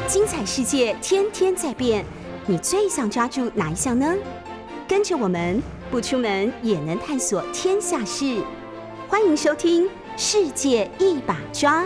精彩世界天天在变，你最想抓住哪一项呢？跟着我们不出门也能探索天下事，欢迎收听《世界一把抓》。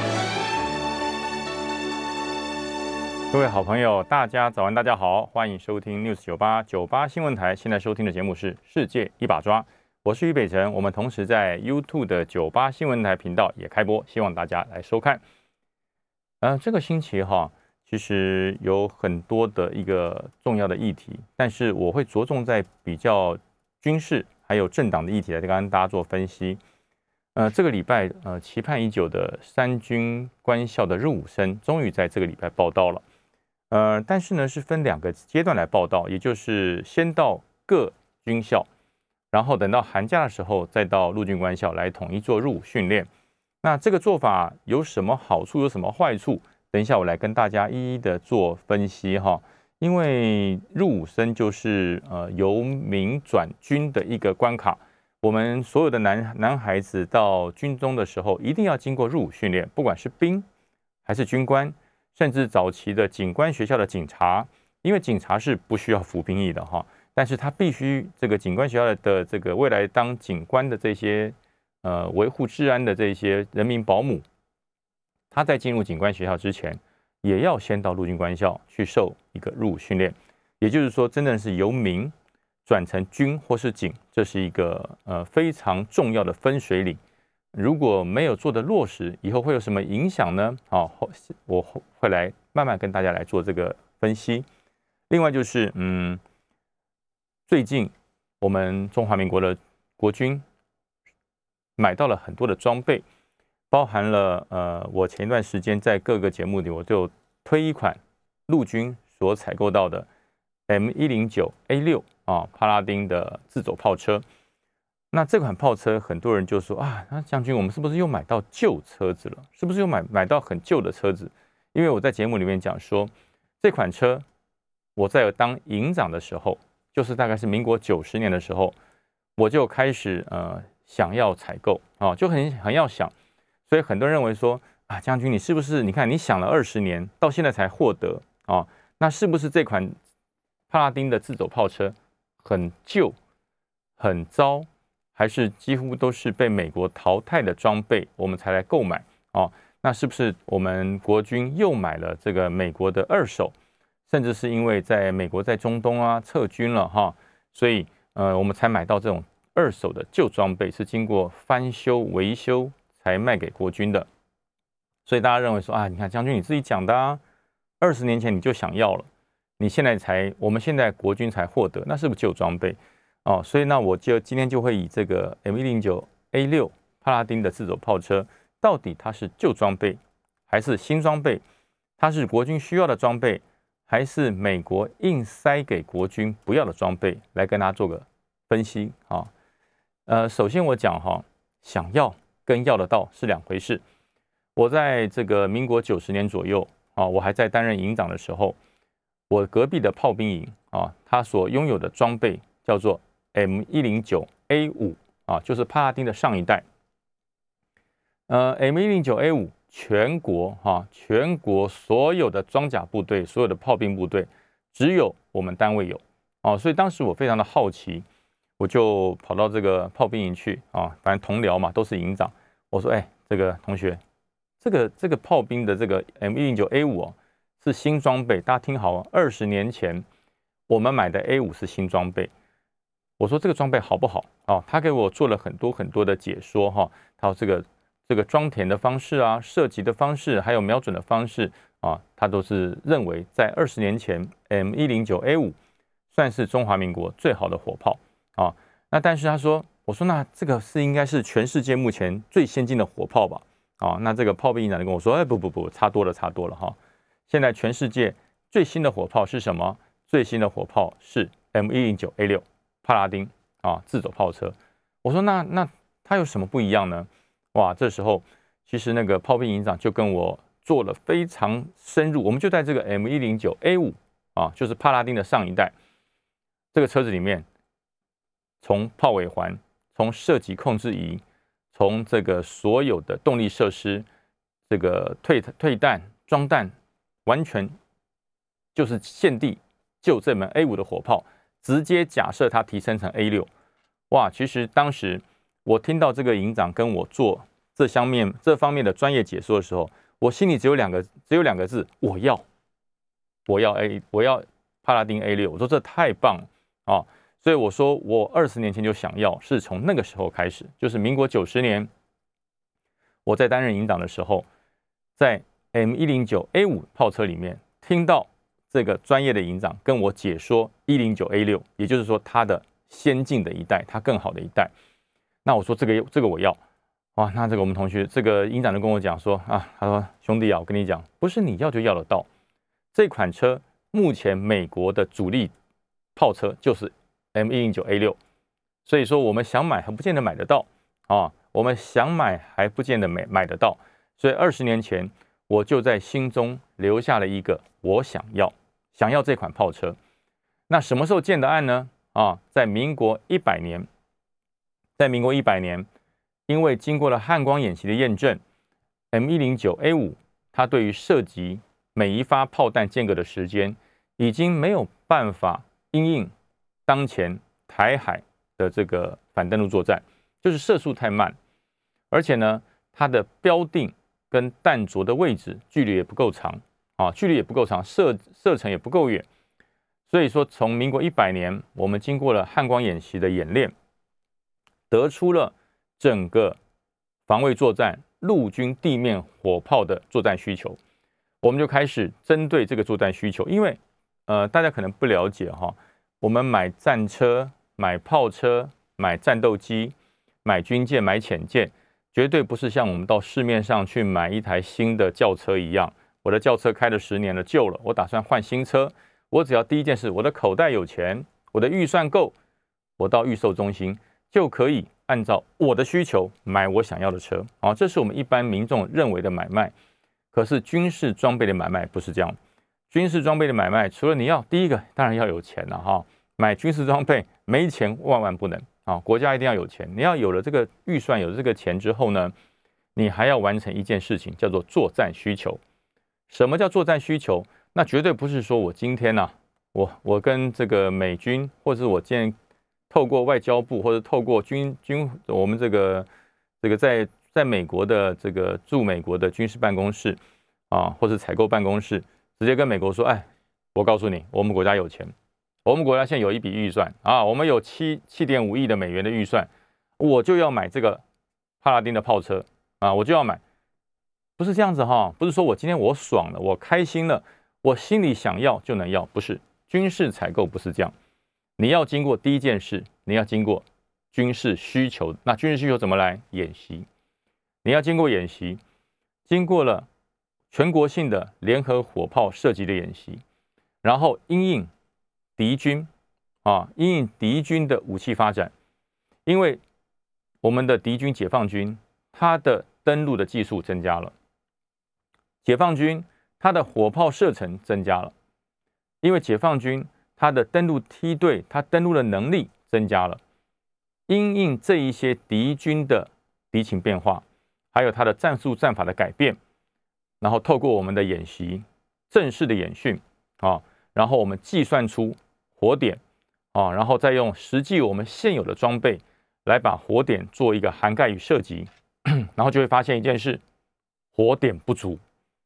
各位好朋友，大家早安，大家好，欢迎收听 News98 新闻台。现在收听的节目是《世界一把抓》，我是于北辰。我们同时在 YouTube 的98新闻台频道也开播，希望大家来收看。这个星期其实有很多的一个重要的议题，但是我会着重在比较军事还有政党的议题来跟大家做分析。这个礼拜期盼已久的三军官校的入伍生终于在这个礼拜报到了。但是呢是分2个阶段来报到，也就是先到各军校，然后等到寒假的时候再到陆军官校来统一做入伍训练。那这个做法有什么好处，有什么坏处？等一下我来跟大家一一的做分析哈。因为入伍生就是由民转军的一个关卡，我们所有的男孩子到军中的时候，一定要经过入伍训练，不管是兵还是军官，甚至早期的警官学校的警察，因为警察是不需要服兵役的哈，但是他必须这个警官学校的这个未来当警官的这些维护治安的这些人民保姆，他在进入警官学校之前，也要先到陆军官校去受一个入伍训练。也就是说，真正是由民转成军或是警，这是一个非常重要的分水岭。如果没有做的落实，以后会有什么影响呢？我会来慢慢跟大家来做这个分析。另外就是，最近我们中华民国的国军买到了很多的装备，包含了我前一段时间在各个节目里我就推一款陆军所采购到的 M109A6 帕拉丁的自走炮车。那这款炮车很多人就说那将军我们是不是又买到旧车子了？是不是又买到很旧的车子？因为我在节目里面讲说，这款车我在当营长的时候，就是大概是民国90年的时候，我就开始想要采购就很要想，所以很多人认为说将军你是不是你看你想了20年，到现在才获得那是不是这款帕拉丁的自走炮车很旧很糟，还是几乎都是被美国淘汰的装备，我们才来购买那是不是我们国军又买了这个美国的二手，甚至是因为在美国在中东撤军了所以我们才买到这种二手的旧装备，是经过翻修维修才卖给国军的。所以大家认为说你看将军你自己讲的20年前你就想要了，我们现在国军才获得，那是不是旧装备所以那我就今天就会以这个 M109A6 帕拉丁的自走炮车，到底它是旧装备还是新装备？它是国军需要的装备，还是美国硬塞给国军不要的装备？来跟大家做个分析首先我讲想要跟要得到是2回事。我在这个民国90年左右我还在担任营长的时候，我隔壁的炮兵营他所拥有的装备叫做 M109A5 就是帕拉丁的上一代。M109A5 全国所有的装甲部队，所有的炮兵部队，只有我们单位有所以当时我非常的好奇，我就跑到这个炮兵营去反正同僚嘛，都是营长。我说这个同学，这个炮兵的这个 M109A5 是新装备，大家听好20年前我们买的 A5 是新装备。我说这个装备好不好他给我做了很多的解说他有这个装填的方式射击的方式，还有瞄准的方式他都是认为在20年前 M109A5 算是中华民国最好的火炮那但是我说那这个应该是全世界目前最先进的火炮吧那这个炮兵营长就跟我说不，差多了现在全世界最新的火炮是什么？最新的火炮是 M109A6 帕拉丁自走炮车。我说那它有什么不一样呢？哇，这时候其实那个炮兵营长就跟我做了非常深入，我们就在这个 M109A5 就是帕拉丁的上一代这个车子里面，从炮尾环，从射击控制仪，从这个所有的动力设施，这个退弹、装弹， 完全就是现地就这门 A5 的火炮，直接假设它提升成 A6。哇，其实当时我听到这个营长跟我做这方面的专业解说的时候，我心里只有两个字：我要帕拉丁 A6。我说这太棒了啊！所以我说我20年前就想要，是从那个时候开始，就是民国90年，我在担任营长的时候，在 M109A5 炮车里面听到这个专业的营长跟我解说109A6，也就是说它的先进的一代，它更好的一代。那我说这个我要。哇，那这个我们同学这个营长就跟我讲说啊，他说兄弟啊，我跟你讲，不是你要就要得到，这款车目前美国的主力炮车就是 M109A6，所以说我们想买还不见得买得到啊，我们想买还不见得买得到，所以20年前我就在心中留下了一个我想要这款炮车。那什么时候建的案呢？啊，在民国100年，因为经过了汉光演习的验证 ，M109A5 它对于射击每一发炮弹间隔的时间，已经没有办法因应当前台海的这个反登陆作战，就是射速太慢，而且呢，它的标定跟弹着的位置距离也不够长啊，射程也不够远，所以说从民国100年，我们经过了汉光演习的演练，得出了整个防卫作战陆军地面火炮的作战需求，我们就开始针对这个作战需求，因为大家可能不了解哈，我们买战车、买炮车、买战斗机、买军舰、买潜舰，绝对不是像我们到市面上去买一台新的轿车一样，我的轿车开了10年了，旧了，我打算换新车，我只要第一件事，我的口袋有钱，我的预算够，我到预售中心就可以按照我的需求买我想要的车啊，这是我们一般民众认为的买卖。可是军事装备的买卖不是这样，军事装备的买卖，除了你要第一个当然要有钱了哈，买军事装备没钱万万不能啊，国家一定要有钱。你要有了这个预算，有了这个钱之后呢，你还要完成一件事情，叫做作战需求。什么叫作战需求？那绝对不是说我今天呢，我跟这个美军，或者是我今天透过外交部或者透过我们这个在美国的这个驻美国的军事办公室啊，或是采购办公室，直接跟美国说，哎，我告诉你，我们国家有钱，我们国家现在有一笔预算啊，我们有7.5亿的美元的预算，我就要买这个帕拉丁的炮车啊，我就要买，不是这样子哈，不是说我今天我爽了，我开心了，我心里想要就能要，不是，军事采购不是这样。你要经过第一件事，你要经过军事需求。那军事需求怎么来？演习。你要经过演习，经过了全国性的联合火炮射击的演习，然后因应敌军的武器发展，因为我们的敌军解放军，它的登陆的技术增加了，解放军它的火炮射程增加了，因为解放军它的登陆梯队，它登陆的能力增加了，因应这一些敌军的敌情变化，还有它的战术战法的改变，然后透过我们的演习、正式的演训啊，然后我们计算出火点啊，然后再用实际我们现有的装备来把火点做一个涵盖与射击，然后就会发现一件事：火点不足，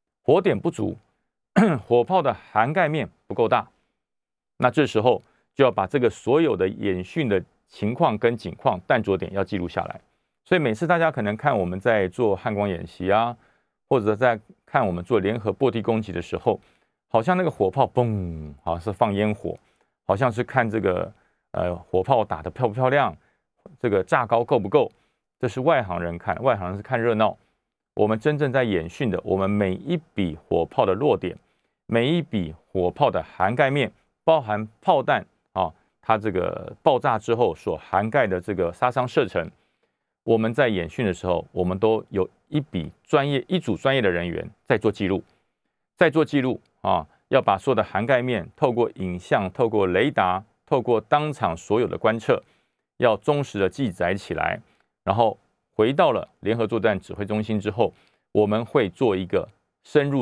火炮的涵盖面不够大。那这时候就要把这个所有的演训的情况跟景况、弹着点要记录下来。所以每次大家可能看我们在做汉光演习啊，或者在看我们做联合迫地攻击的时候，好像那个火炮嘣，好像是放烟火，好像是看这个火炮打得漂不漂亮，这个炸高够不够，这是外行人看，外行人是看热闹。我们真正在演训的，我们每一笔火炮的落点，每一笔火炮的涵盖面，包含炮弹啊，它这个爆炸之后所涵盖的这个杀伤射程，我们在演训的时候，我们都有一组专业的人员在做记录，啊，要把所有的涵盖面透过影像、透过雷达、透过当场所有的观测，要忠实的记载起来，然后回到了联合作战指挥中心之后，我们会做一个深入的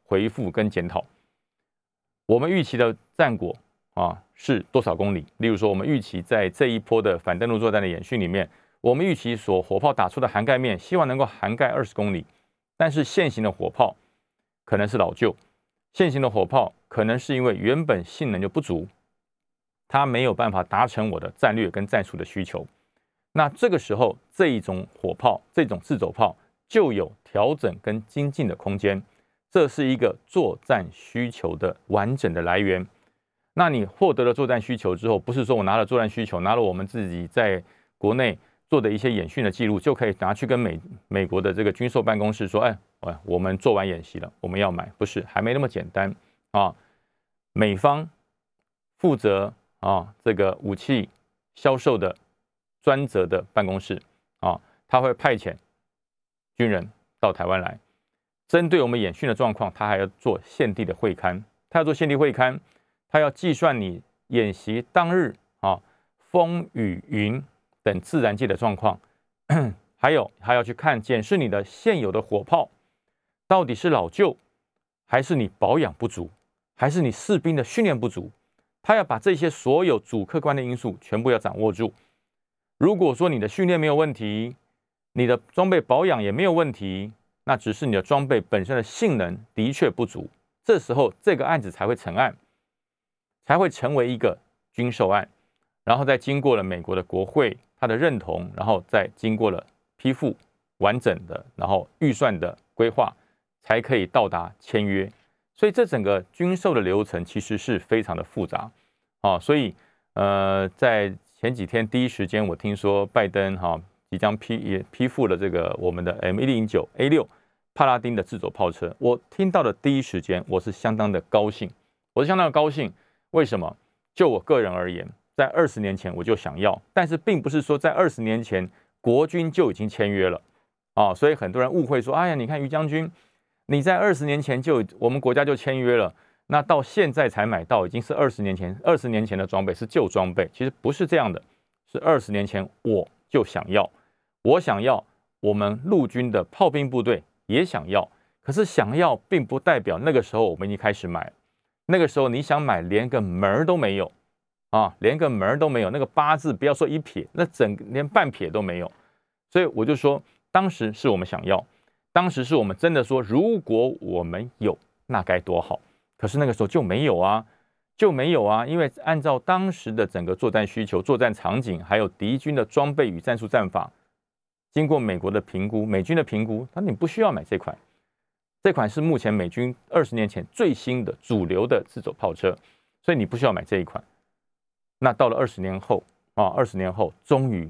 回复跟检讨。我们预期的战果是多少公里？例如说，我们预期在这一波的反登陆作战的演训里面，我们预期所火炮打出的涵盖面，希望能够涵盖20公里。但是现行的火炮可能是老旧，现行的火炮可能是因为原本性能就不足，它没有办法达成我的战略跟战术的需求。那这个时候，这一种火炮，这种自走炮就有调整跟精进的空间。这是一个作战需求的完整的来源。那你获得了作战需求之后，不是说我拿了作战需求，拿了我们自己在国内做的一些演训的记录，就可以拿去跟美国的这个军售办公室说，我们做完演习了，我们要买，不是，还没那么简单啊。美方负责这个武器销售的专责的办公室他会派遣军人到台湾来，针对我们演训的状况，他还要做现地的会勘，他要做现地会勘，他要计算你演习当日风雨云等自然界的状况，还要去检视你的现有的火炮到底是老旧，还是你保养不足，还是你士兵的训练不足，他要把这些所有主客观的因素全部要掌握住。如果说你的训练没有问题，你的装备保养也没有问题，那只是你的装备本身的性能的确不足，这时候这个案子才会成案，才会成为一个军售案，然后再经过了美国的国会他的认同，然后再经过了批复完整的，然后预算的规划，才可以到达签约。所以这整个军售的流程其实是非常的复杂所以在前几天第一时间我听说拜登即将批复了这个我们的 M109A6 帕拉丁的自走炮车，我听到的第一时间我是相当的高兴，为什么？就我个人而言，在20年前我就想要，但是并不是说在20年前国军就已经签约了所以很多人误会说，哎呀，你看于将军，你在20年前我们国家就签约了，那到现在才买到，已经是20年前的装备，是旧装备。其实不是这样的，是20年前我就想要，我们陆军的炮兵部队也想要，可是想要并不代表那个时候我们已经开始买，那个时候你想买连个门儿都没有连个门儿都没有，那个8字不要说1撇，那连半撇都没有。所以我就说，当时是我们想要，当时是我们真的说，如果我们有，那该多好。可是那个时候就没有啊，因为按照当时的整个作战需求、作战场景，还有敌军的装备与战术战法，经过美国的评估、美军的评估，你不需要买这款。这款是目前美军20年前最新的主流的自走炮车，所以你不需要买这一款。那到了20年后，20年后，终于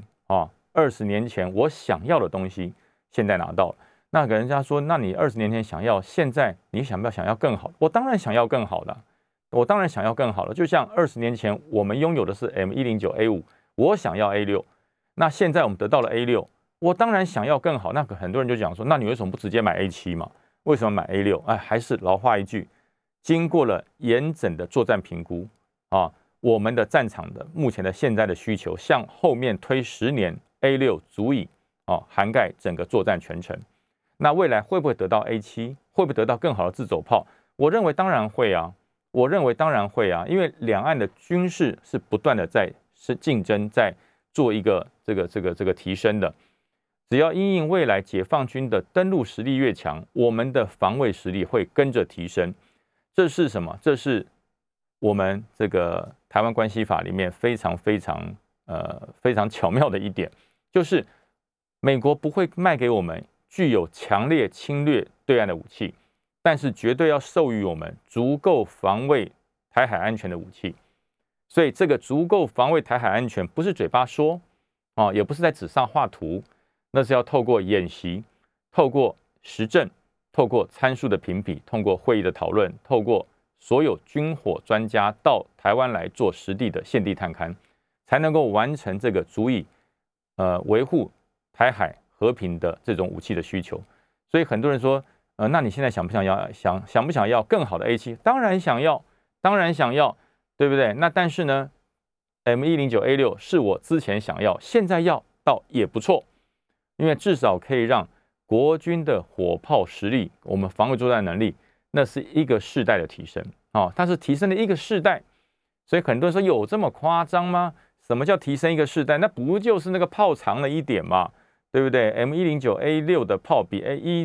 20年前我想要的东西，现在拿到了。那给人家说，那你20年前想要，现在你想不要想要更好？我当然想要更好的，就像20年前我们拥有的是 M109A5，我想要 A6，那现在我们得到了 A6，我当然想要更好。那很多人就讲说，那你为什么不直接买 A7 嘛？为什么买 A6？还是老话一句，经过了严整的作战评估我们的战场的目前的现在的需求，向后面推10年 ，A6 足以涵盖整个作战全程。那未来会不会得到 A7？ 会不会得到更好的自走炮？我认为当然会啊，因为两岸的军事是不断的在竞争，在做一个这个提升的。只要因应未来解放军的登陆实力越强，我们的防卫实力会跟着提升。这是什么？这是我们这个台湾关系法里面非常巧妙的一点，就是美国不会卖给我们具有强烈侵略对岸的武器，但是绝对要授予我们足够防卫台海安全的武器。所以这个足够防卫台海安全，不是嘴巴说也不是在纸上画图，那是要透过演习，透过实证，透过参数的评比，透过会议的讨论，透过所有军火专家到台湾来做实地的现地探勘，才能够完成这个足以维护台海和平的这种武器的需求。所以很多人说，那你现在想不想要更好的 A7？ 当然想要，对不对？那但是呢 ，M109A6 是我之前想要，现在要到也不错，因为至少可以让国军的火炮实力，我们防卫作战能力那是一个世代的提升哦，它是提升了一个世代。所以很多人说有这么夸张吗？什么叫提升一个世代？那不就是那个炮长了一点嘛，对不对 ？M109A6 的炮比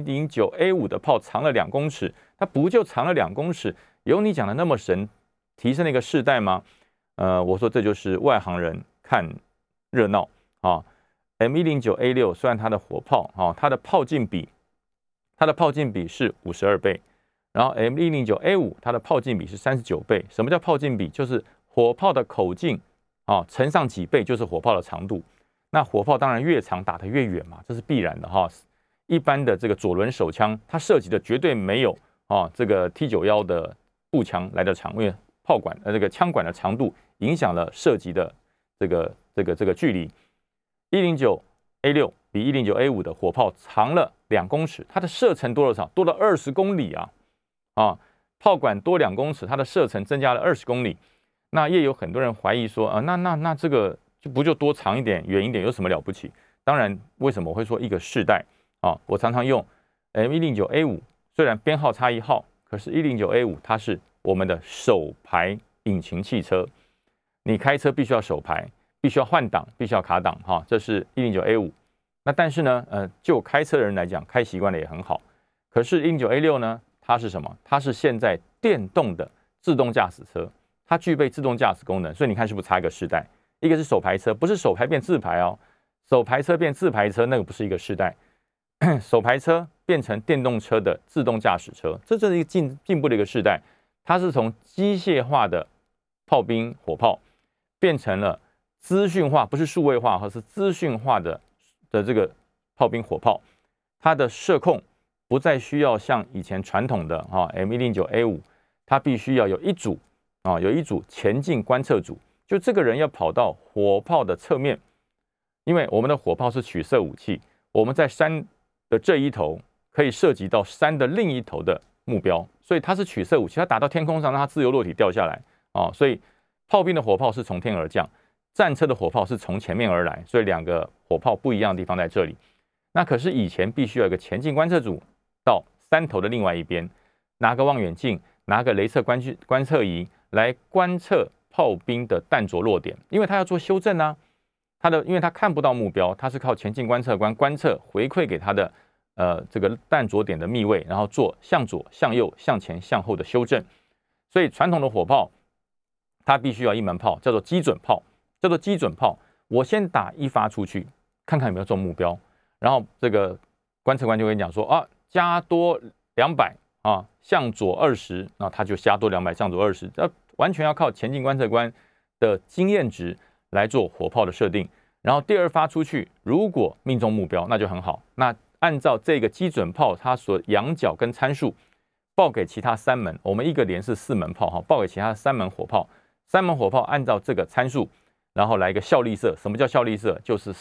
A109A5 的炮长了2公尺，它不就长了2公尺？有你讲的那么神，提升了一个世代吗？我说这就是外行人看热闹啊。M109A6 虽然它的火炮啊，它的炮径比是52倍。然后 M109A5 它的炮径比是39倍。什么叫炮径比？就是火炮的口径啊乘上几倍就是火炮的长度。那火炮当然越长打得越远嘛，这是必然的哈。一般的这个左轮手枪，它射击的绝对没有这个 T91的步枪来得长，因为炮管这个枪管的长度影响了射击的这个距离。109A6 比109A5的火炮长了2公尺，它的射程多了少？多了20公里啊！炮管多2公尺，它的射程增加了20公里。那也有很多人怀疑说，那这个就多长一点、远一点有什么了不起？当然，为什么我会说一个世代啊？我常常用 M109A5，虽然编号差1号，可是109A5它是我们的手排引擎汽车。你开车必须要手排，必须要换挡，必须要卡挡哈，这是109A5。那但是呢，就开车的人来讲，开习惯了也很好。可是109A6呢？它是什么？它是现在电动的自动驾驶车，它具备自动驾驶功能，所以你看是不是差一个世代？一个是手排车，不是手排变自排哦，手排车变自排车那个不是一个世代，手排车变成电动车的自动驾驶车，这是一个进步的一个世代。它是从机械化的炮兵火炮变成了资讯化，不是数位化，而是资讯化的这个炮兵火炮，它的射控不再需要像以前传统的M109A5，它必须要有一组前进观测组，就这个人要跑到火炮的侧面，因为我们的火炮是取射武器，我们在山的这一头可以射击到山的另一头的目标，所以它是取射武器，它打到天空上让它自由落体掉下来所以炮兵的火炮是从天而降，战车的火炮是从前面而来，所以2个火炮不一样的地方在这里。那可是以前必须要有一个前进观测组到山头的另外一边，拿个望远镜，拿个雷射观测仪来观测炮兵的弹着落点，因为他要做修正啊。因为他看不到目标，他是靠前进观测官观测回馈给他的这个弹着点的密位，然后做向左、向右、向前、向后的修正。所以传统的火炮，它必须要一门炮，叫做基准炮，我先打1发出去，看看有没有中目标，然后这个观测官就会讲说加多200向左20，那他就加多200，向左20，完全要靠前进观测官的经验值来做火炮的设定。然后第2发出去，如果命中目标，那就很好。那按照这个基准炮它所仰角跟参数，报给其他3门，我们一个连是4门炮报给其他3门火炮，3门火炮按照这个参数，然后来一个效力射。什么叫效力射？就是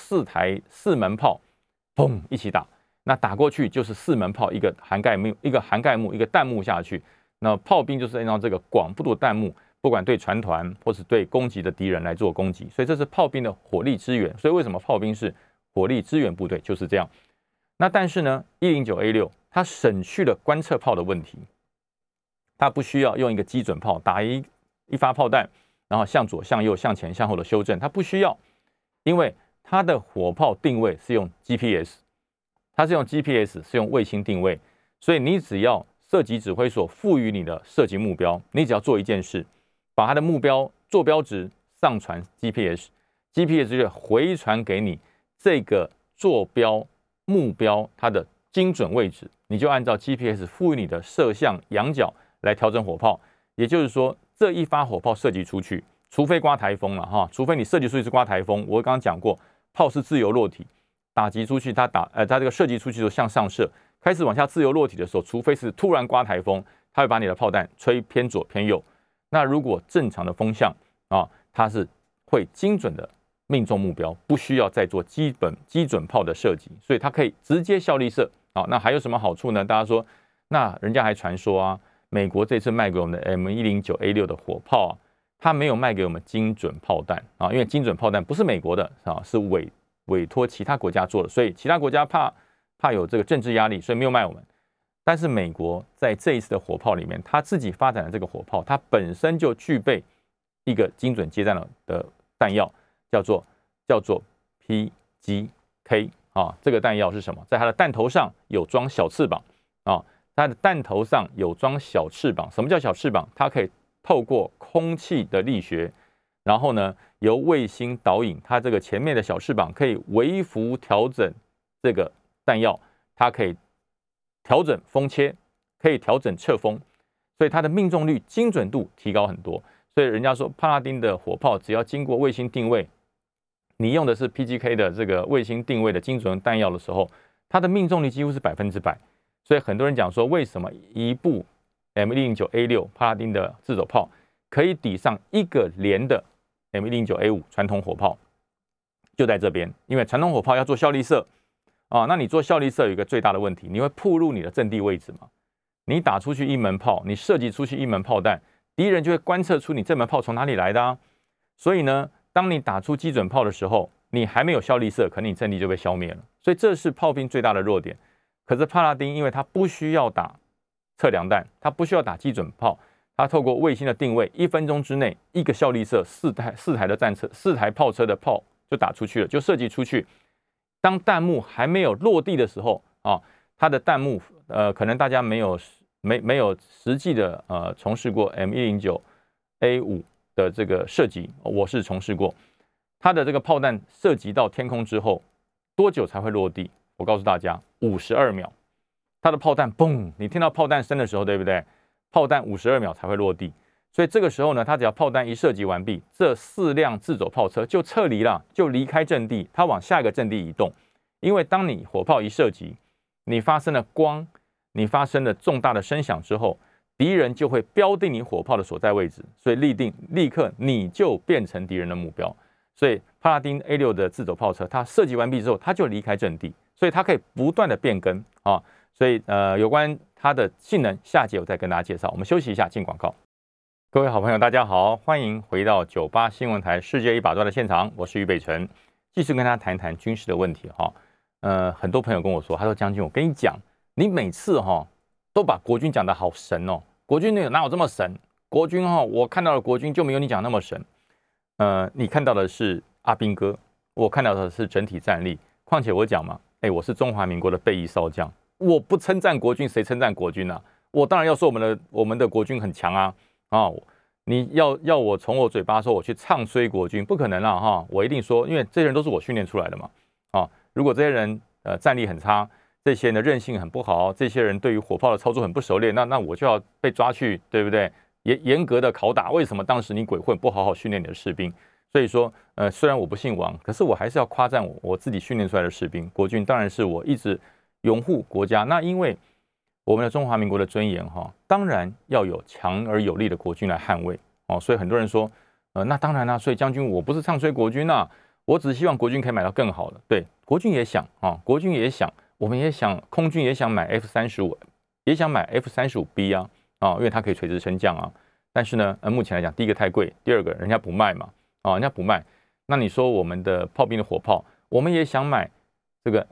4门炮，砰一起打。那打过去就是4门炮，一个涵盖幕，一个弹幕下去。那炮兵就是按照这个广度的弹幕，不管对船团或是对攻击的敌人来做攻击，所以这是炮兵的火力支援。所以为什么炮兵是火力支援部队？就是这样。那但是呢，109A6它省去了观测炮的问题，它不需要用一个基准炮打一发炮弹，然后向左、向右、向前、向后的修正，它不需要，因为它的火炮定位是用 GPS。它是用 GPS， 是用卫星定位，所以你只要射击指挥所赋予你的射击目标，你只要做一件事，把它的目标坐标值上传 GPS 就回传给你这个坐标目标它的精准位置，你就按照 GPS 赋予你的射向仰角来调整火炮。也就是说，这一发火炮射击出去，除非刮台风了除非你射击出去是刮台风，我刚刚讲过，炮是自由落体。打击出去，它这个射击出去的时候向上射，开始往下自由落体的时候，除非是突然刮台风，它会把你的炮弹吹偏左偏右。那如果正常的风向它是会精准的命中目标，不需要再做基准炮的射击，所以它可以直接效力射。那还有什么好处呢？大家说，那人家还传说美国这次卖给我们的 M109A6 的火炮它没有卖给我们精准炮弹因为精准炮弹不是美国的是委托其他国家做的，所以其他国家怕有这个政治压力，所以没有卖我们。 但是美国在这一次的火炮里面，它自己发展的这个火炮，它本身就具备一个精准接战的弹药，叫做 PGK 啊。这个弹药是什么？在它的弹头上有装小翅膀啊，它的弹头上有装小翅膀。什么叫小翅膀？它可以透过空气的力学，然后呢由卫星导引，它这个前面的小翅膀可以微幅调整这个弹药，它可以调整风切，可以调整侧风，所以它的命中率、精准度提高很多。所以人家说，帕拉丁的火炮只要经过卫星定位，你用的是 PGK 的这个卫星定位的精准弹药的时候，它的命中率几乎是100%。所以很多人讲说，为什么一部 M109A6 帕拉丁的自走炮可以抵上一个连的 M109A5 传统火炮，就在这边，因为传统火炮要做效力射。那你做效力射有一个最大的问题，你会暴露你的阵地位置嘛？你打出去一门炮，你射击出去一门炮弹，敌人就会观测出你这门炮从哪里来的啊。所以呢，当你打出基准炮的时候，你还没有效力射，可能你阵地就被消灭了。所以这是炮兵最大的弱点。可是帕拉丁，因为它不需要打测量弹，它不需要打基准炮，它透过卫星的定位，1分钟之内一个效力射四台的战车、4台炮车的炮就打出去了，就射击出去。当弹幕还没有落地的时候它的弹幕可能大家没有实际的从事过 M109A5 的这个射击，我是从事过。它的这个炮弹射击到天空之后，多久才会落地？我告诉大家，52秒。它的炮弹嘣，你听到炮弹声的时候，对不对？炮弹52秒才会落地。所以这个时候呢，它只要炮弹一射击完毕，这4辆自走炮车就撤离了，就离开阵地，它往下一个阵地移动。因为当你火炮一射击，你发生了光，你发生了重大的声响之后，敌人就会标定你火炮的所在位置，所以立刻你就变成敌人的目标。所以帕拉丁 A6 的自走炮车，它射击完毕之后，它就离开阵地，所以它可以不断的变更啊。所以有关它的性能，下节我再跟大家介绍。我们休息一下，进广告。各位好朋友，大家好，欢迎回到98新闻台世界一把抓的现场，我是于北辰，继续跟大家谈一谈军事的问题哈。很多朋友跟我说，他说将军，我跟你讲，你每次都把国军讲得好神哦，国军哪有这么神？国军我看到的国军就没有你讲那么神。你看到的是阿兵哥，我看到的是整体战力。况且我讲嘛，我是中华民国的备役少将，我不称赞国军，谁称赞国军啊？我当然要说我们的国军很强啊。你要我从我嘴巴说我去唱衰国军，不可能啦哈！我一定说，因为这些人都是我训练出来的嘛。如果这些人战力很差，这些人的韧性很不好，这些人对于火炮的操作很不熟练，那我就要被抓去，对不对？严格的拷打。为什么当时你鬼混，不好好训练你的士兵？所以说，虽然我不姓王，可是我还是要夸赞我自己训练出来的士兵。国军当然是我一直拥护国家。那因为我们的中华民国的尊严当然要有强而有力的国军来捍卫所以很多人说，那当然啦，所以将军我不是唱衰国军啊，我只是希望国军可以买到更好的。对，国军也想国军也想，我们也想，空军也想买 F35，也想买 F35B 因为它可以垂直升降啊。但是呢，目前来讲，第一个太贵，第二个人家不卖嘛人家不卖。那你说我们的炮兵的火炮，我们也想买这个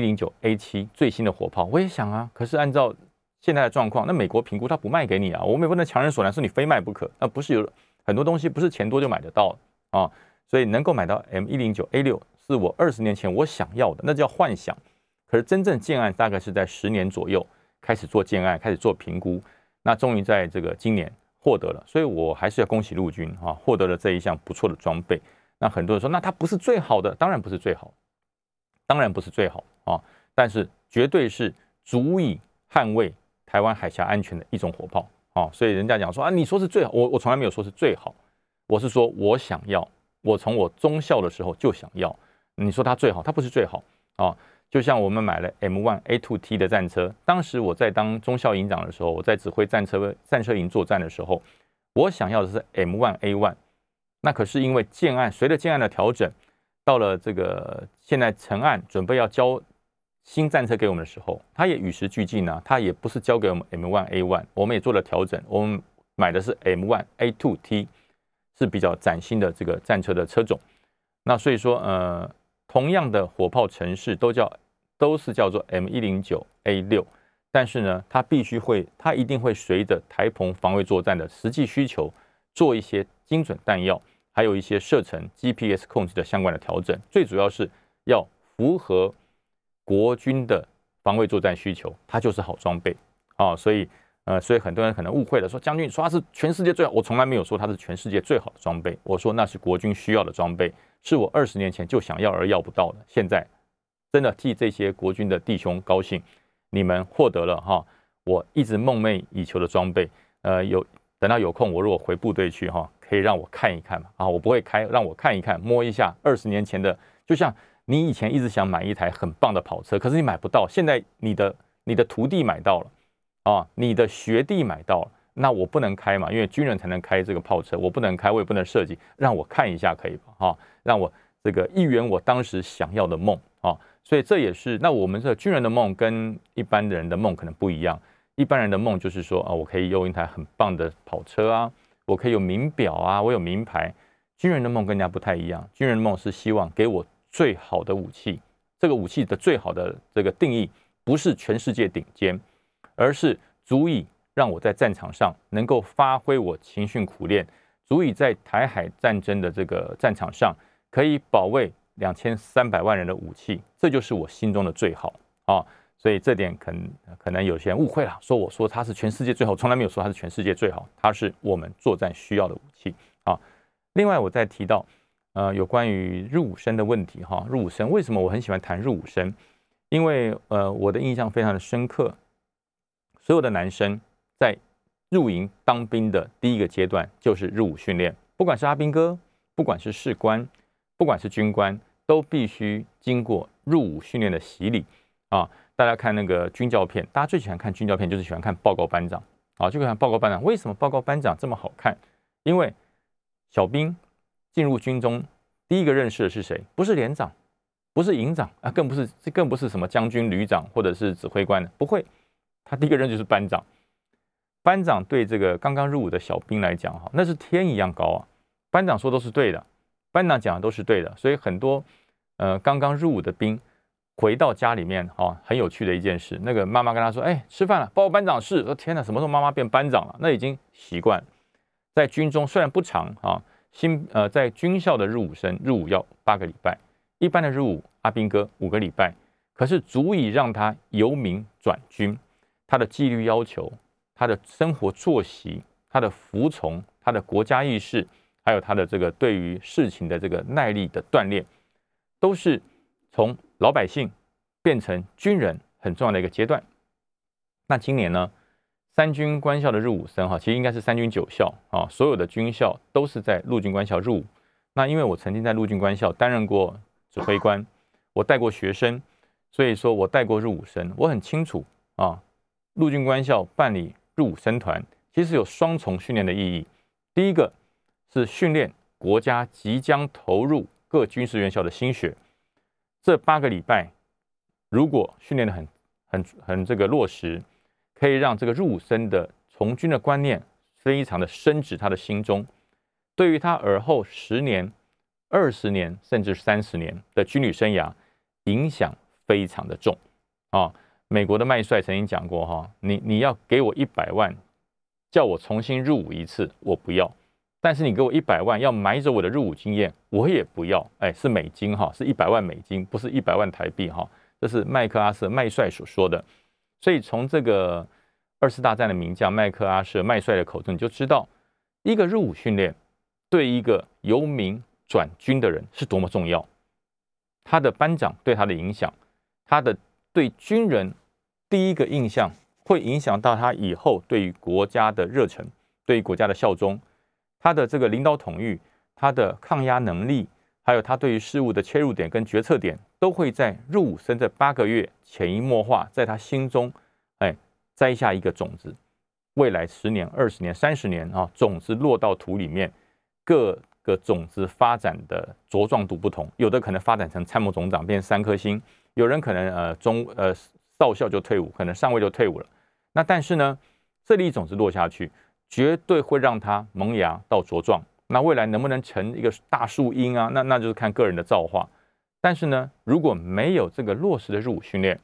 M109A7 最新的火炮，我也想啊。可是按照现在的状况，那美国评估他不卖给你啊，我们也不能强人所难，说你非卖不可。那不是有很多东西不是钱多就买得到所以能够买到 M109A6 是我20年前我想要的，那叫幻想。可是真正建案大概是在10年左右开始做建案，开始做评估，那终于在这个今年获得了，所以我还是要恭喜陆军获得了这一项不错的装备。那很多人说，那它不是最好的，当然不是最好，当然不是最好但是绝对是足以捍卫台湾海峡安全的一种火炮所以人家讲说你说是最好，我从来没有说是最好，我是说我想要，我从我中校的时候就想要。你说它最好，它不是最好就像我们买了 M1A2T 的战车，当时我在当中校营长的时候，我在指挥战车营作战的时候，我想要的是 M1A1。那可是因为随着建案的调整，到了这个现在成案准备要交新战车给我们的时候，它也与时俱进它也不是交给我们 M1A1， 我们也做了调整，我们买的是 M1A2T， 是比较崭新的这个战车的车种。那所以说同样的火炮程式都是叫做 M109A6， 但是呢，它一定会随着台澎防卫作战的实际需求，做一些精准弹药，还有一些射程 GPS 控制的相关的调整。最主要是要符合国军的防卫作战需求，它就是好装备啊。所以很多人可能误会了，说将军说它是全世界最好，我从来没有说它是全世界最好的装备，我说那是国军需要的装备，是我20年前就想要而要不到的。现在真的替这些国军的弟兄高兴，你们获得了我一直梦寐以求的装备。等到有空，我如果回部队去可以让我看一看嘛我不会开，让我看一看，摸一下20年前的，就像你以前一直想买一台很棒的跑车，可是你买不到，现在你的徒弟买到了你的学弟买到了，那我不能开嘛，因为军人才能开这个炮车，我不能开，我也不能设计，让我看一下可以吧让我这个一圆我当时想要的梦所以这也是，那我们这军人的梦跟一般人的梦可能不一样。一般人的梦就是说我可以用一台很棒的跑车我可以有名表我有名牌。军人的梦跟人家不太一样，军人的梦是希望给我最好的武器。这个武器的最好的这个定义不是全世界顶尖，而是足以让我在战场上能够发挥我勤训苦练，足以在台海战争的这个战场上可以保卫2300万人的武器，这就是我心中的最好所以这点可能有些人误会了，我说它是全世界最好，从来没有说它是全世界最好，它是我们作战需要的武器另外我再提到有关于入伍生的问题入伍生为什么我很喜欢谈入伍生？因为我的印象非常的深刻，所有的男生在入营当兵的第一个阶段就是入伍训练，不管是阿兵哥，不管是士官，不管是军官，都必须经过入伍训练的洗礼大家看那个军教片，大家最喜欢看军教片，就是喜欢看报告班长就看报告班长。为什么报告班长这么好看？因为小兵进入军中第一个认识的是谁？不是连长，不是营长更不是什么将军、旅长或者是指挥官，不会，他第一个认识就是班长。班长对这个刚刚入伍的小兵来讲那是天一样高班长说都是对的，班长讲的都是对的，所以很多刚刚入伍的兵回到家里面很有趣的一件事，那个妈妈跟他说吃饭了，报告班长是，说天哪，什么时候妈妈变班长了？那已经习惯。在军中虽然不长在军校的入伍生入伍要8个礼拜，一般的入伍阿兵哥5个礼拜，可是足以让他由民转军。他的纪律要求，他的生活作息，他的服从，他的国家意识，还有他的这个对于事情的这个耐力的锻炼，都是从老百姓变成军人很重要的一个阶段。那今年呢，3军官校的入伍生其实应该是3军9校所有的军校都是在陆军官校入伍。那因为我曾经在陆军官校担任过指挥官，我带过学生，所以说我带过入伍生，我很清楚陆军官校办理入伍生团其实有双重训练的意义。第一个是训练国家即将投入各军事院校的新血，这8个礼拜如果训练的很这个落实，可以让这个入伍生的从军的观念非常的深植他的心中，对于他而后10年、20年甚至30年的军旅生涯影响非常的重美国的麦帅曾经讲过你要给我100万，叫我重新入伍一次，我不要。但是你给我100万，要买走我的入伍经验，我也不要。是美金是100万美金，不是100万台币这是麦克阿瑟麦帅所说的。所以从这个2次大战的名将麦克阿瑟麦帅的口中，你就知道一个入伍训练对一个由民转军的人是多么重要。他的班长对他的影响，他的对军人第一个印象，会影响到他以后对于国家的热忱，对于国家的效忠。他的这个领导统御，他的抗压能力，还有他对于事物的切入点跟决策点，都会在入伍生这8个月潜移默化，在他心中栽下一个种子。未来10年、20年、30年种子落到土里面，各个种子发展的茁壮度不同，有的可能发展成参谋总长变3颗星，有人可能少校就退伍，可能上尉就退伍了。那但是呢，这粒种子落下去，绝对会让它萌芽到茁壮。那未来能不能成一个大树荫那就是看个人的造化。但是呢，如果没有这个落实的入伍训练，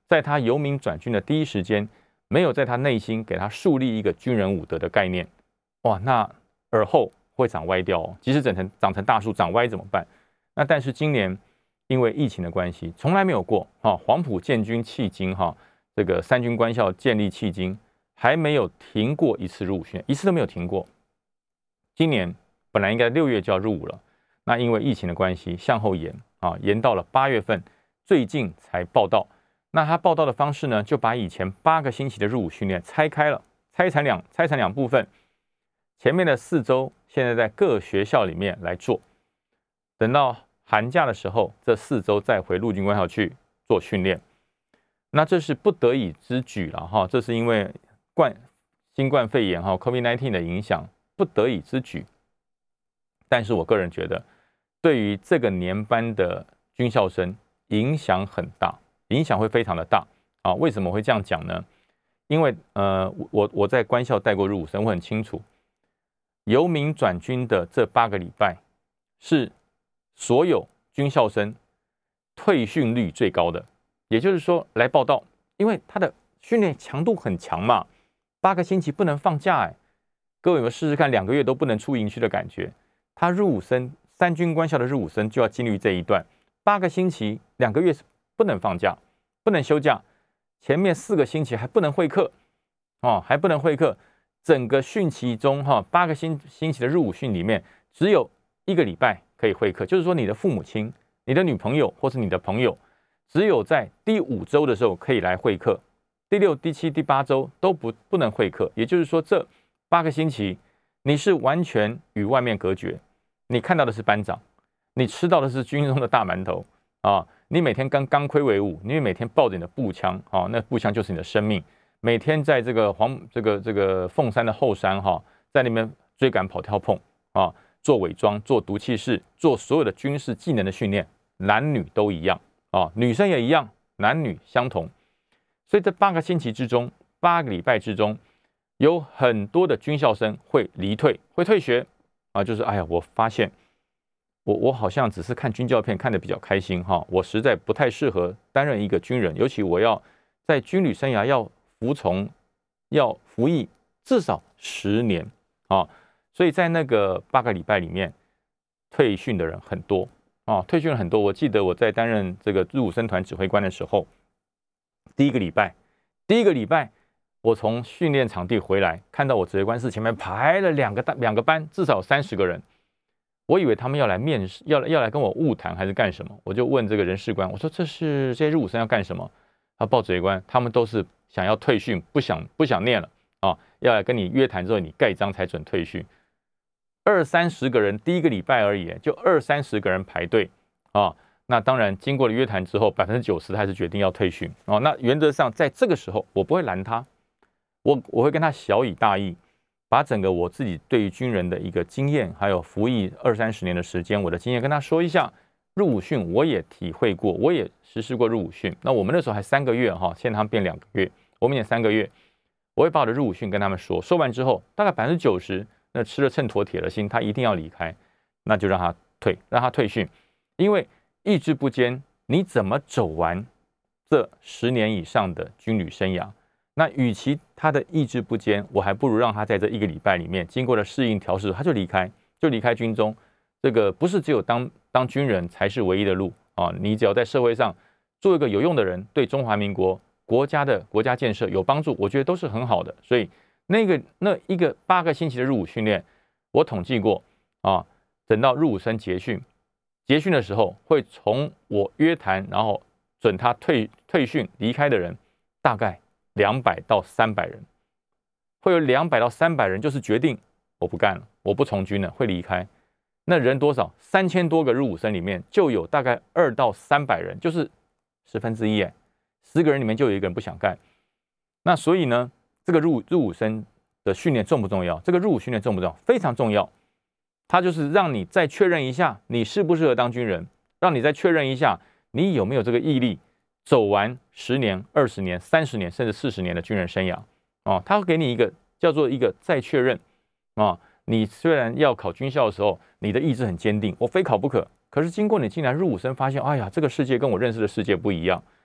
在他由民转军的第一时间，没有在他内心给他树立一个军人武德的概念，哇，那而后会长歪掉哦。即使长成大树，长歪怎么办？那但是今年因为疫情的关系，从来没有过黄埔建军迄今这个三军官校建立迄今，还没有停过一次入伍训练，一次都没有停过。今年本来应该6月就要入伍了，那因为疫情的关系向后延延到了8月份，最近才报到。那他报道的方式呢，就把以前8个星期的入伍训练拆开了，拆成两部分。前面的4周现在在各学校里面来做，等到寒假的时候，这4周再回陆军官校去做训练。那这是不得已之举了这是因为新冠肺炎COVID-19 的影响，不得已之举。但是我个人觉得，对于这个年班的军校生影响很大。影响会非常的大为什么会这样讲呢？因为我在官校带过入伍生，我很清楚，由民转军的这8个礼拜是所有军校生退训率最高的，也就是说来报到，因为他的训练强度很强嘛，8个星期不能放假各位有没有试试看2个月都不能出营区的感觉？他入伍生三军官校的入伍生就要经历这一段，8个星期2个月不能放假，不能休假，前面4个星期还不能会课还不能会课。整个训期中8个星期的入伍训里面，只有1个礼拜可以会课，就是说你的父母亲、你的女朋友或是你的朋友，只有在第5周的时候可以来会课，第6、第7、第8周都不能会课。也就是说，这8个星期你是完全与外面隔绝，你看到的是班长，你吃到的是军中的大馒头你每天跟钢盔为伍，你每天抱着你的步枪那步枪就是你的生命。每天在这个凤山的后山在那边追赶跑跳碰做伪装、做毒气室、做所有的军事技能的训练，男女都一样女生也一样，男女相同。所以这8个星期之中，8个礼拜之中，有很多的军校生会离退，会退学就是哎呀，我发现我好像只是看军教片看得比较开心我实在不太适合担任一个军人，尤其我要在军旅生涯要服役至少10年所以在那个8个礼拜里面，退训的人很多退训了很多。我记得我在担任这个入伍生团指挥官的时候，第一个礼拜我从训练场地回来，看到我指挥官室前面排了两个班，至少30个人。我以为他们要来面试，要来跟我晤谈还是干什么？我就问这个人事官，我说这些入伍生要干什么？他报指挥官，他们都是想要退训，不想念了要来跟你约谈之后，你盖章才准退训。20-30个人，第一个礼拜而已，就20-30个人排队那当然，经过了约谈之后，90%他还是决定要退训那原则上，在这个时候，我不会拦他，我会跟他小以大义，把整个我自己对于军人的一个经验，还有服役20-30年的时间，我的经验跟他说一下。入伍训我也体会过，我也实施过入伍训。那我们那时候还3个月现在他们变2个月，我们也3个月。我会把我的入伍训跟他们说，说完之后，大概90%，那吃了秤砣铁了心，他一定要离开，那就让他退训，因为意志不坚，你怎么走完这10年以上的军旅生涯？那与其他的意志不坚，我还不如让他在这1个礼拜里面，经过了适应调试，他就离开军中。这个不是只有当军人才是唯一的路你只要在社会上做一个有用的人，对中华民国国家建设有帮助，我觉得都是很好的。所以那一个8个星期的入伍训练，我统计过等到入伍生结训的时候，会从我约谈，然后准他退训离开的人，大概200到300人，会有200到300人就是决定我不干了，我不从军了，会离开。那人多少？3000多个入伍生里面，就有大概200到300人，就是1/10，10个人里面就有1个人不想干。那所以呢，这个入伍生的训练重不重要？这个入伍训练重不重要？非常重要。它就是让你再确认一下你适不适合当军人，让你再确认一下你有没有这个毅力走完10年、20年、30年甚至40年的军人生涯它会给你一个叫做一个再确认你虽然要考军校的时候，你的意志很坚定，我非考不可。可是经过你进来入伍生，发现，哎呀，这个世界跟我认识的世界不一样。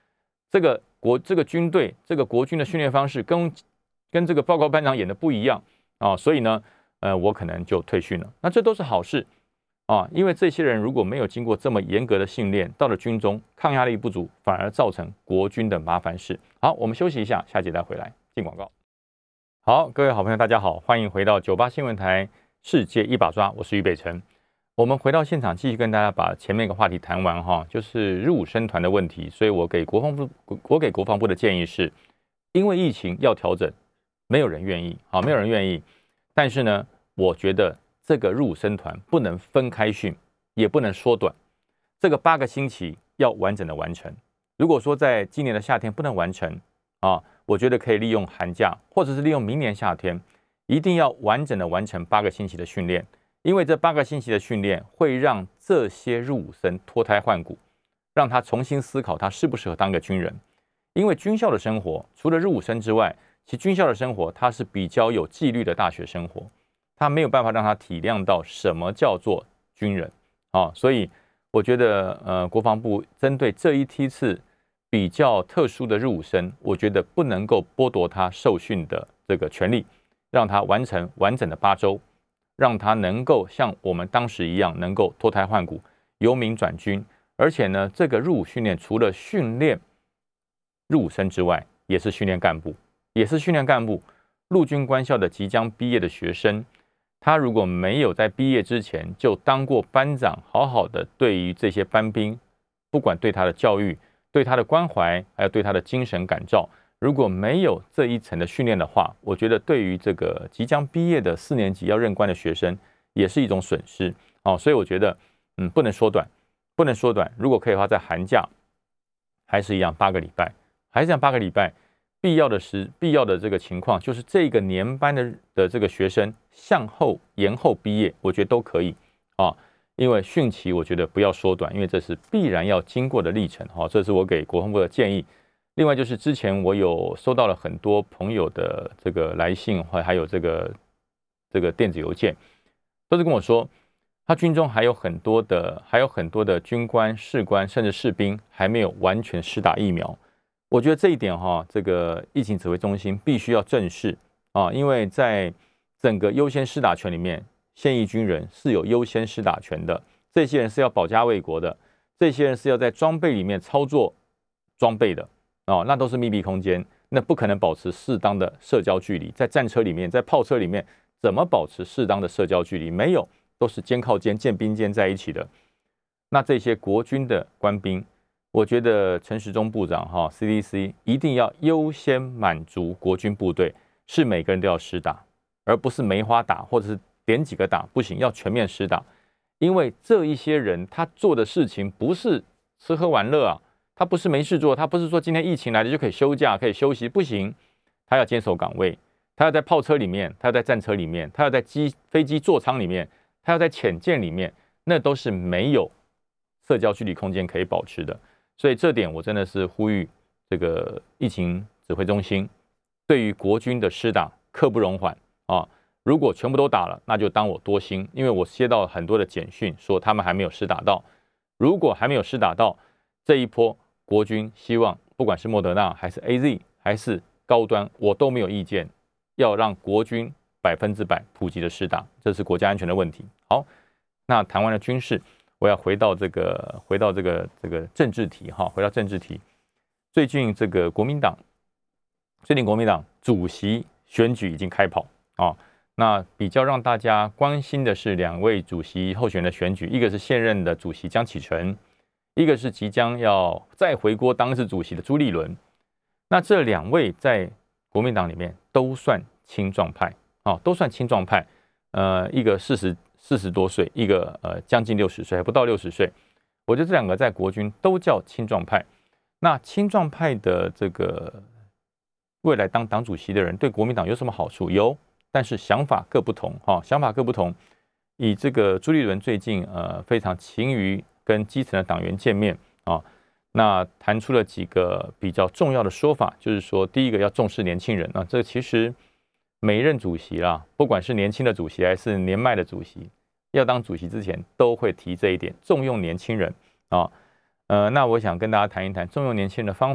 这个军队这个国军的训练方式跟这个报告班长演的不一样啊，所以呢，我可能就退训了。那这都是好事啊，因为这些人如果没有经过这么严格的训练，到了军中抗压力不足，反而造成国军的麻烦事。好，我们休息一下，下节再回来进广告。好，各位好朋友，大家好，欢迎回到98新闻台世界一把抓，我是于北辰。我们回到现场，继续跟大家把前面一个话题谈完哈，就是入伍生团的问题。所以我给国防部的建议是，因为疫情要调整，没有人愿意，好，没有人愿意。但是呢，我觉得这个入伍生团不能分开训，也不能缩短，这个8个星期要完整的完成。如果说在今年的夏天不能完成啊，我觉得可以利用寒假，或者是利用明年夏天，一定要完整的完成8个星期的训练。因为这8个星期的训练会让这些入伍生脱胎换骨，让他重新思考他适不适合当个军人。因为军校的生活，除了入伍生之外，其军校的生活它是比较有纪律的大学生活，他没有办法让他体谅到什么叫做军人啊。所以我觉得国防部针对这一梯次比较特殊的入伍生，我觉得不能够剥夺他受训的这个权利，让他完成完整的8周。让他能够像我们当时一样，能够脱胎换骨，由民转军。而且呢，这个入伍训练除了训练入伍生之外，也是训练干部，也是训练干部。陆军官校的即将毕业的学生，他如果没有在毕业之前就当过班长，好好的对于这些班兵，不管对他的教育、对他的关怀，还有对他的精神感召。如果没有这一层的训练的话，我觉得对于这个即将毕业的4年级要任官的学生，也是一种损失哦。所以我觉得，不能缩短，不能缩短。如果可以的话，在寒假还是一样8个礼拜，还是这样8个礼拜。必要的这个情况，就是这个年班的这个学生延后毕业，我觉得都可以啊。因为训期我觉得不要缩短，因为这是必然要经过的历程哈。这是我给国防部的建议。另外就是之前我有收到了很多朋友的这个来信，还有这个电子邮件，都是跟我说，他军中还有很多的军官、士官甚至士兵还没有完全施打疫苗。我觉得这一点哈，这个疫情指挥中心必须要正视啊，因为在整个优先施打权里面，现役军人是有优先施打权的，这些人是要保家卫国的，这些人是要在装备里面操作装备的。那都是密闭空间，那不可能保持适当的社交距离。在战车里面，在炮车里面，怎么保持适当的社交距离？没有，都是肩靠肩、肩并肩在一起的。那这些国军的官兵，我觉得陈时中部长CDC 一定要优先满足国军部队，是每个人都要施打，而不是梅花打或者是点几个打，不行，要全面施打。因为这一些人他做的事情不是吃喝玩乐啊。他不是没事做，他不是说今天疫情来了就可以休假可以休息，不行，他要坚守岗位，他要在炮车里面，他要在战车里面，他要在飞机座舱里面，他要在潜舰里面，那都是没有社交距离空间可以保持的。所以这点我真的是呼吁这个疫情指挥中心，对于国军的施打刻不容缓啊！如果全部都打了，那就当我多心，因为我接到很多的简讯说他们还没有施打到，如果还没有施打到，这一波国军希望不管是莫德纳还是 AZ 还是高端，我都没有意见，要让国军100%普及的施打，这是国家安全的问题。好，那谈完了军事，我要回到这个政治题哈，回到政治题。最近国民党主席选举已经开跑啊，那比较让大家关心的是2位主席候选人的选举，一个是现任的主席江启臣。一个是即将要再回锅当是主席的朱立伦，那这2位在国民党里面都算青壮派啊，都算青壮派。一个40多岁，一个将近60岁，还不到60岁。我觉得这2个在国军都叫青壮派。那青壮派的这个未来当党主席的人，对国民党有什么好处？有，但是想法各不同哈，想法各不同。以这个朱立伦最近非常勤于跟基层的党员见面啊，那谈出了几个比较重要的说法，就是说，第一个要重视年轻人啊，这其实每一任主席啦，不管是年轻的主席还是年迈的主席，要当主席之前都会提这一点，重用年轻人啊。那我想跟大家谈一谈重用年轻人的方法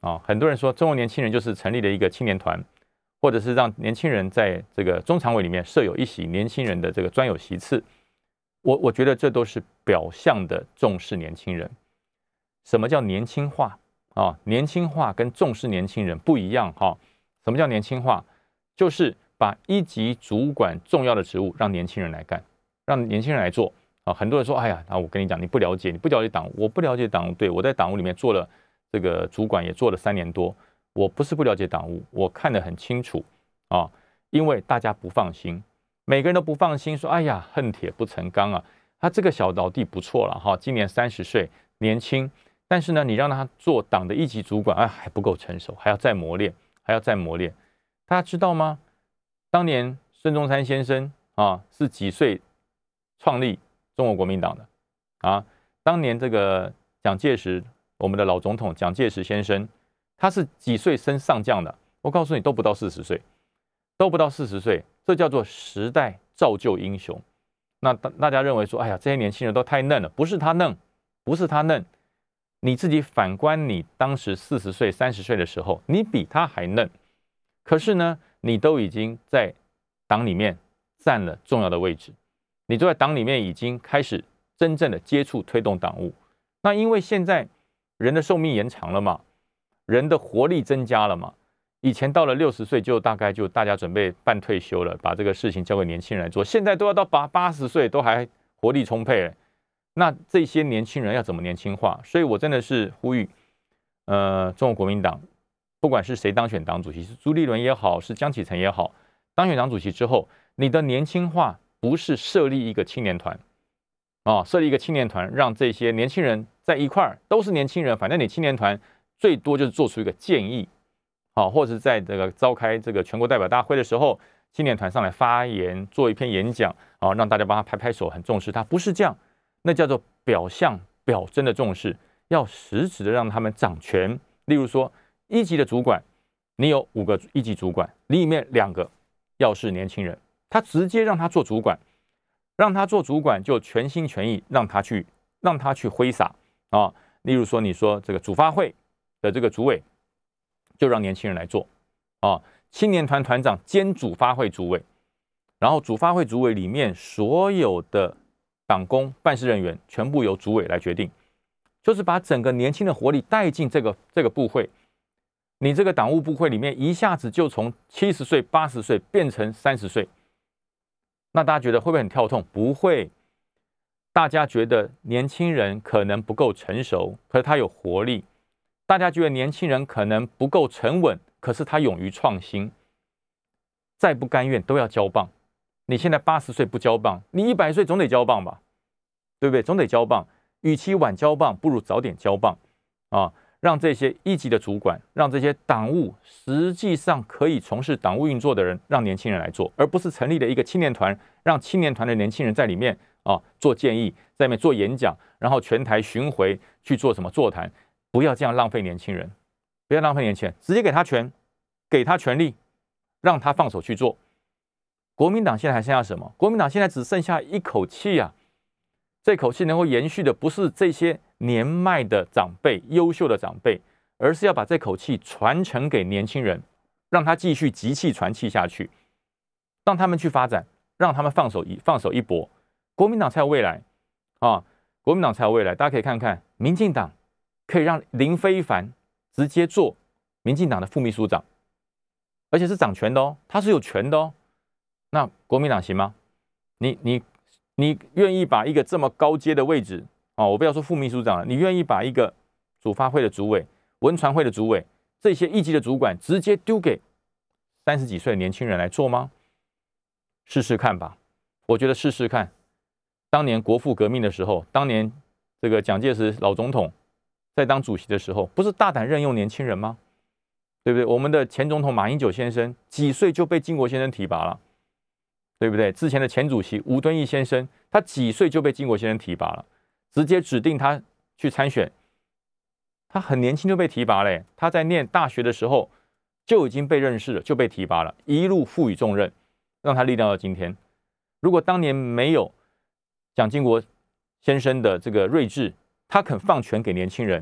啊。很多人说中国年轻人就是成立了一个青年团，或者是让年轻人在这个中常委里面设有一席年轻人的这个专有席次。我觉得这都是表象的重视年轻人。什么叫年轻化啊？年轻化跟重视年轻人不一样哈。什么叫年轻化？就是把一级主管重要的职务让年轻人来干，让年轻人来做啊。很多人说，哎呀，我跟你讲，你不了解党务，我不了解党务，对，我在党务里面做了这个主管，也做了3年多，我不是不了解党务，我看得很清楚啊。因为大家不放心，每个人都不放心，说，哎呀，恨铁不成钢啊，他这个小老弟不错了哈，今年30岁，年轻，但是呢，你让他做党的一级主管，还不够成熟，还要再磨练，还要再磨练。大家知道吗？当年孙中山先生啊是几岁创立中国国民党的啊？当年这个蒋介石，我们的老总统蒋介石先生，他是几岁升上将的？我告诉你，都不到40岁，都不到40岁，这叫做时代造就英雄。那大家认为说，哎呀，这些年轻人都太嫩了，不是他嫩，不是他嫩。你自己反观你当时40岁、30岁的时候，你比他还嫩。可是呢，你都已经在党里面占了重要的位置，你都在党里面已经开始真正的接触推动党务。那因为现在人的寿命延长了嘛，人的活力增加了嘛。以前到了60岁就大概就大家准备半退休了，把这个事情交给年轻人来做。现在都要到80岁都还活力充沛了。那这些年轻人要怎么年轻化？所以我真的是呼吁，中国国民党。不管是谁当选党主席，是朱立伦也好，是江启臣也好，当选党主席之后，你的年轻化不是设立一个青年团啊，设立一个青年团，让这些年轻人在一块儿，都是年轻人，反正你青年团最多就是做出一个建议，好，或者是在这个召开这个全国代表大会的时候，青年团上来发言，做一篇演讲啊，让大家帮他拍拍手，很重视他，不是这样，那叫做表象表征的重视，要实质的让他们掌权，例如说。1级的主管，你有5个1级主管，里面2个要是年轻人，他直接让他做主管，让他做主管就全心全意让他去挥洒啊。例如说，你说这个主发会的这个主委，就让年轻人来做啊。青年团团长兼主发会主委，然后主发会主委里面所有的党工办事人员全部由主委来决定，就是把整个年轻的活力带进这个部会。你这个党务部会里面一下子就从70岁、80岁变成30岁，那大家觉得会不会很跳痛？不会，大家觉得年轻人可能不够成熟，可是他有活力；大家觉得年轻人可能不够沉稳，可是他勇于创新。再不甘愿都要交棒。你现在80岁不交棒，你100岁总得交棒吧？对不对？总得交棒。与其晚交棒，不如早点交棒啊！让这些1级的主管，让这些党务实际上可以从事党务运作的人，让年轻人来做，而不是成立了一个青年团，让青年团的年轻人在里面做建议，在里面做演讲，然后全台巡回去做什么座谈。不要这样浪费年轻人，不要浪费年轻人，直接给他权，给他权力，让他放手去做。国民党现在还剩下什么？国民党现在只剩下一口气啊！这口气能够延续的不是这些年迈的长辈、优秀的长辈，而是要把这口气传承给年轻人，让他继续集气传气下去，让他们去发展，让他们放手一搏，国民党才有未来啊！国民党才有未来。大家可以看看，民进党可以让林非凡直接做民进党的副秘书长，而且是掌权的哦，他是有权的哦。那国民党行吗？你愿意把一个这么高阶的位置我不要说副秘书长了，你愿意把一个主发会的主委、文传会的主委这些1级的主管直接丢给30几岁的年轻人来做吗？试试看吧，我觉得试试看。当年国父革命的时候，当年这个蒋介石老总统在当主席的时候，不是大胆任用年轻人吗？对不对？我们的前总统马英九先生几岁就被经国先生提拔了？对不对？之前的前主席吴敦义先生，他几岁就被经国先生提拔了，直接指定他去参选。他很年轻就被提拔了，他在念大学的时候就已经被认识了，就被提拔了，一路赋予重任，让他立到今天。如果当年没有蒋经国先生的这个睿智，他肯放权给年轻人，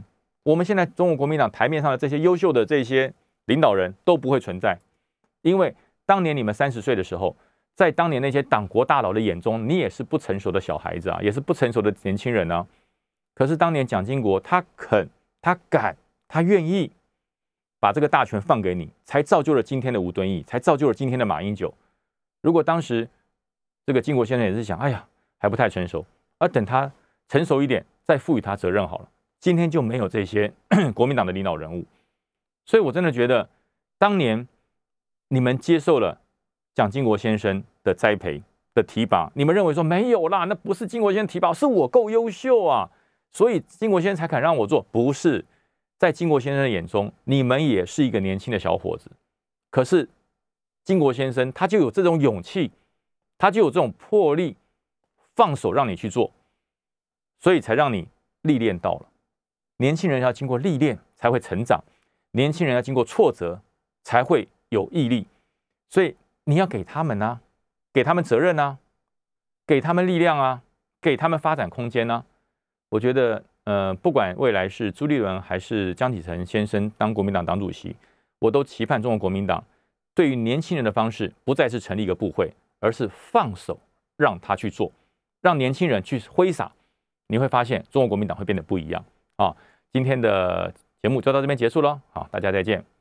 我们现在中国国民党台面上的这些优秀的这些领导人都不会存在，因为当年你们30岁的时候，在当年那些党国大佬的眼中，你也是不成熟的小孩子啊，也是不成熟的年轻人啊。可是当年蒋经国他肯、他敢、他愿意把这个大权放给你，才造就了今天的吴敦义，才造就了今天的马英九。如果当时这个经国先生也是想，哎呀，还不太成熟，而等他成熟一点，再赋予他责任好了。今天就没有这些国民党的领导人物，所以我真的觉得，当年你们接受了蒋经国先生的栽培的提拔，你们认为说没有啦，那不是经国先生提拔，是我够优秀啊，所以经国先生才肯让我做。不是，在经国先生的眼中，你们也是一个年轻的小伙子，可是经国先生他就有这种勇气，他就有这种魄力，放手让你去做，所以才让你历练到了。年轻人要经过历练才会成长，年轻人要经过挫折才会有毅力，所以你要给他们啊，给他们责任啊，给他们力量啊，给他们发展空间啊。我觉得不管未来是朱立伦还是江启臣先生当国民党党主席，我都期盼中国国民党对于年轻人的方式不再是成立一个部会，而是放手让他去做，让年轻人去挥洒，你会发现中国国民党会变得不一样啊。今天的节目就到这边结束了，好，大家再见。